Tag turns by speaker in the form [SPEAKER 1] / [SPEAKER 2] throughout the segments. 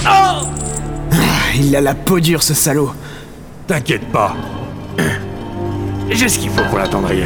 [SPEAKER 1] Il a la peau dure, ce salaud.
[SPEAKER 2] T'inquiète pas. J'ai ce qu'il faut pour l'attendrir.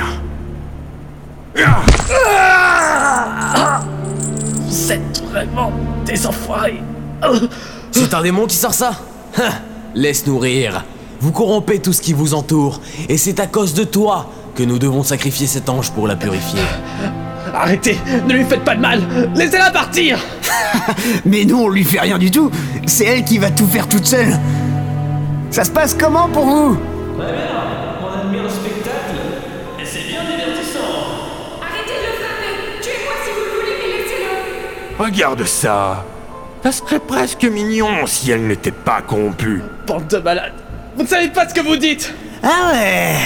[SPEAKER 3] Vous êtes vraiment des enfoirés.
[SPEAKER 4] C'est un démon qui sort ça? Laisse-nous rire. Vous corrompez tout ce qui vous entoure, et c'est à cause de toi que nous devons sacrifier cet ange pour la purifier.
[SPEAKER 3] Arrêtez, ne lui faites pas de mal. Laissez-la partir.
[SPEAKER 1] Mais nous, on lui fait rien du tout. C'est elle qui va tout faire toute seule. Ça se passe comment pour vous?
[SPEAKER 5] Très bien, on admire le spectacle. Et c'est bien divertissant.
[SPEAKER 6] Arrêtez de le frapper. Tuez-moi si vous le voulez, mais laissez-le.
[SPEAKER 2] Regarde ça. Ça serait presque mignon si elle n'était pas corrompue.
[SPEAKER 3] Bande de malades. Vous ne savez pas ce que vous dites.
[SPEAKER 1] Ah ouais.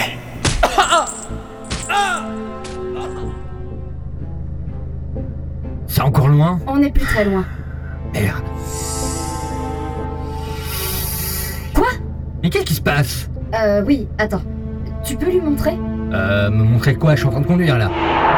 [SPEAKER 7] C'est encore loin?
[SPEAKER 6] On n'est plus très loin.
[SPEAKER 7] Merde.
[SPEAKER 6] Quoi?
[SPEAKER 7] Mais qu'est-ce qui se passe?
[SPEAKER 6] Oui, attends. Tu peux lui montrer?
[SPEAKER 7] Me montrer quoi? Je suis en train de conduire là.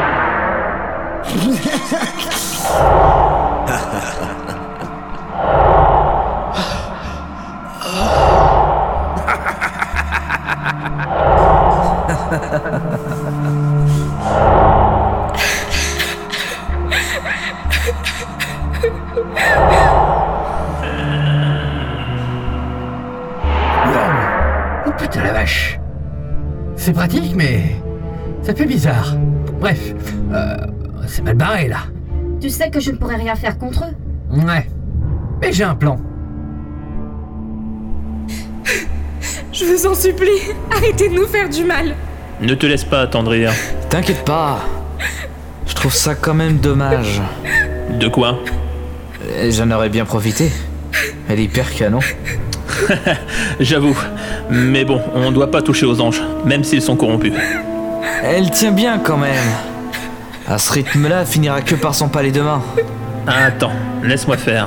[SPEAKER 7] Oh putain la vache. C'est pratique mais ça fait bizarre. Bref, c'est mal barré là.
[SPEAKER 6] Tu sais que je ne pourrais rien faire contre eux.
[SPEAKER 7] Ouais. Mais j'ai un plan.
[SPEAKER 8] Je vous en supplie, arrêtez de nous faire du mal.
[SPEAKER 5] Ne te laisse pas attendrir.
[SPEAKER 9] T'inquiète pas. Je trouve ça quand même dommage.
[SPEAKER 5] De quoi?
[SPEAKER 9] J'en aurais bien profité. Elle est hyper canon.
[SPEAKER 5] J'avoue. Mais bon, on doit pas toucher aux anges, même s'ils sont corrompus.
[SPEAKER 9] Elle tient bien quand même. À ce rythme-là, elle finira que par s'empaler demain.
[SPEAKER 5] Attends, laisse-moi faire.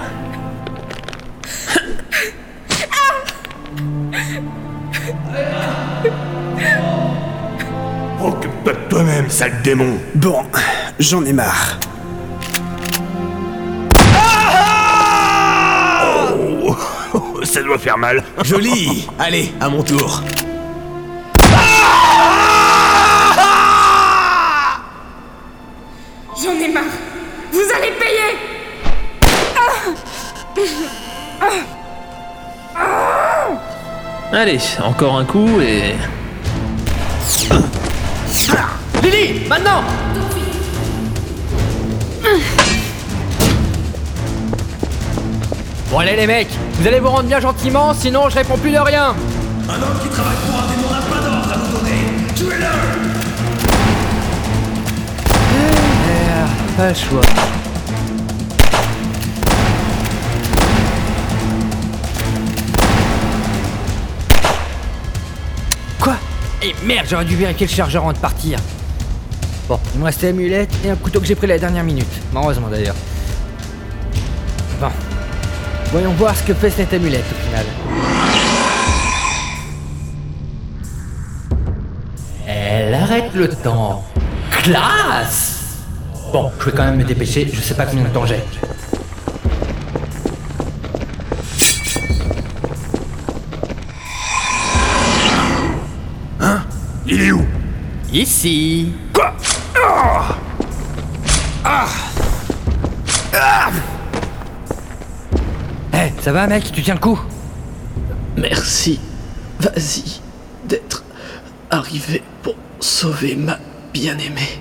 [SPEAKER 2] Occupe-toi de toi-même, sale démon.
[SPEAKER 1] Bon, j'en ai marre.
[SPEAKER 2] Oh, ça doit faire mal.
[SPEAKER 4] Joli. Allez, à mon tour.
[SPEAKER 8] J'en ai marre. Vous allez payer.
[SPEAKER 5] Allez, encore un coup et...
[SPEAKER 3] Lily, maintenant.
[SPEAKER 7] Bon allez les mecs, vous allez vous rendre bien gentiment, sinon je réponds plus de rien.
[SPEAKER 2] Un homme qui travaille pour un démon n'a pas d'ordre à nous donner. Tuez-le.
[SPEAKER 9] Pas le choix.
[SPEAKER 7] Quoi? Et merde, j'aurais dû vérifier le chargeur avant de partir. Bon, il me restait l'amulette et un couteau que j'ai pris la dernière minute. Heureusement d'ailleurs. Bon. Voyons voir ce que fait cette amulette au final. Elle arrête le temps. Classe! Bon, je vais quand même me dépêcher, je sais pas combien de temps j'ai.
[SPEAKER 2] Il est où?
[SPEAKER 7] Ici.
[SPEAKER 2] Quoi?
[SPEAKER 7] Eh, ça va mec, tu tiens le coup?
[SPEAKER 3] Merci. Vas-y d'être arrivé pour sauver ma bien-aimée.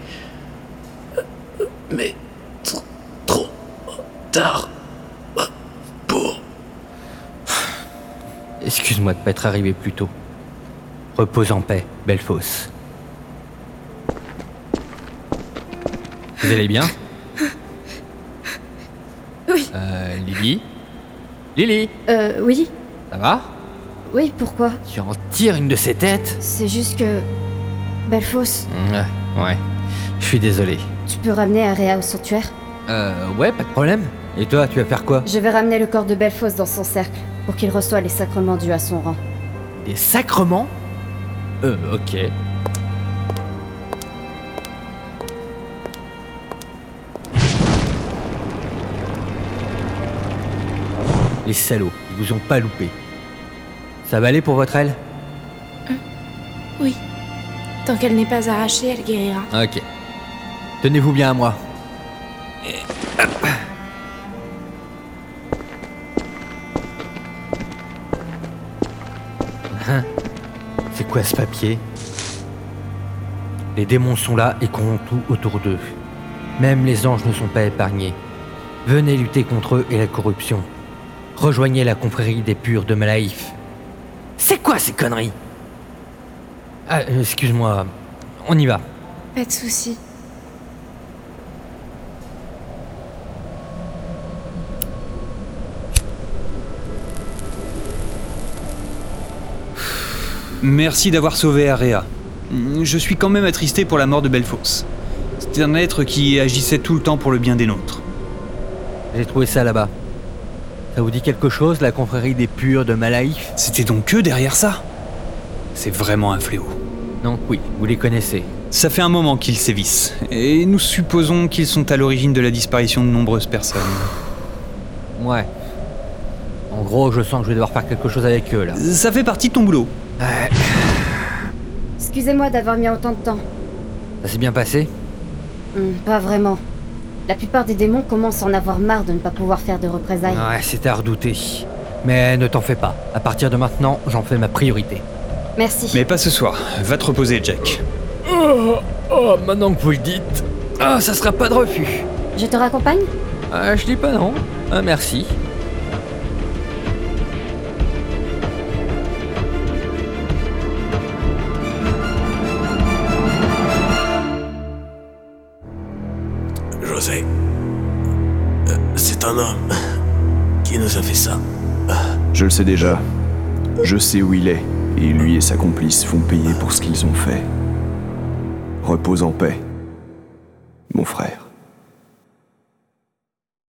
[SPEAKER 3] Mais trop tard pour...
[SPEAKER 7] Excuse-moi de pas être arrivé plus tôt. Repose en paix, belle fosse. Vous allez bien?
[SPEAKER 6] Oui.
[SPEAKER 7] Lily? Lily?
[SPEAKER 6] Oui.
[SPEAKER 7] Ça va?
[SPEAKER 6] Oui, pourquoi?
[SPEAKER 7] Tu en tires une de ces têtes?
[SPEAKER 6] C'est juste que... Belfos,
[SPEAKER 7] Ouais. Je suis désolé.
[SPEAKER 6] tu peux ramener Area au sanctuaire?
[SPEAKER 7] Ouais, pas de problème. Et toi, tu vas faire quoi?
[SPEAKER 6] Je vais ramener le corps de Belfos dans son cercle, pour qu'il reçoive les sacrements dus à son rang.
[SPEAKER 7] Des sacrements? Ok. Les salauds, ils vous ont pas loupé. Ça va aller pour votre aile?
[SPEAKER 8] Oui. Tant qu'elle n'est pas arrachée, elle guérira.
[SPEAKER 7] Ok. Tenez-vous bien à moi. Et hop. Hein? C'est quoi ce papier? Les démons sont là et comptent tout autour d'eux. Même les anges ne sont pas épargnés. Venez lutter contre eux et la corruption. Rejoignez la confrérie des purs de Malaïf. C'est quoi ces conneries? Ah, excuse-moi. On y va.
[SPEAKER 8] Pas de soucis.
[SPEAKER 10] Merci d'avoir sauvé Area. Je suis quand même attristé pour la mort de Belfos. C'était un être qui agissait tout le temps pour le bien des nôtres.
[SPEAKER 7] J'ai trouvé ça là-bas. Ça vous dit quelque chose, la confrérie des purs de Malaïf?
[SPEAKER 10] C'était donc eux derrière ça? C'est vraiment un fléau.
[SPEAKER 7] Donc oui, vous les connaissez.
[SPEAKER 10] Ça fait un moment qu'ils sévissent, et nous supposons qu'ils sont à l'origine de la disparition de nombreuses personnes.
[SPEAKER 7] Ouais. En gros, je sens que je vais devoir faire quelque chose avec eux, là.
[SPEAKER 10] Ça fait partie de ton boulot.
[SPEAKER 7] Ouais.
[SPEAKER 6] Excusez-moi d'avoir mis autant de temps.
[SPEAKER 7] Ça s'est bien passé?
[SPEAKER 6] Pas vraiment. La plupart des démons commencent à en avoir marre de ne pas pouvoir faire de représailles.
[SPEAKER 7] Ouais, c'était à redouter. Mais ne t'en fais pas. À partir de maintenant, j'en fais ma priorité.
[SPEAKER 6] Merci.
[SPEAKER 10] Mais pas ce soir. Va te reposer, Jack.
[SPEAKER 7] Oh, maintenant que vous le dites. Ah, ça sera pas de refus.
[SPEAKER 6] Je te raccompagne?
[SPEAKER 7] Je dis pas non. Merci.
[SPEAKER 4] José, c'est un homme qui nous a fait ça.
[SPEAKER 11] Je le sais déjà. Je sais où il est, et lui et sa complice font payer pour ce qu'ils ont fait. Repose en paix, mon frère.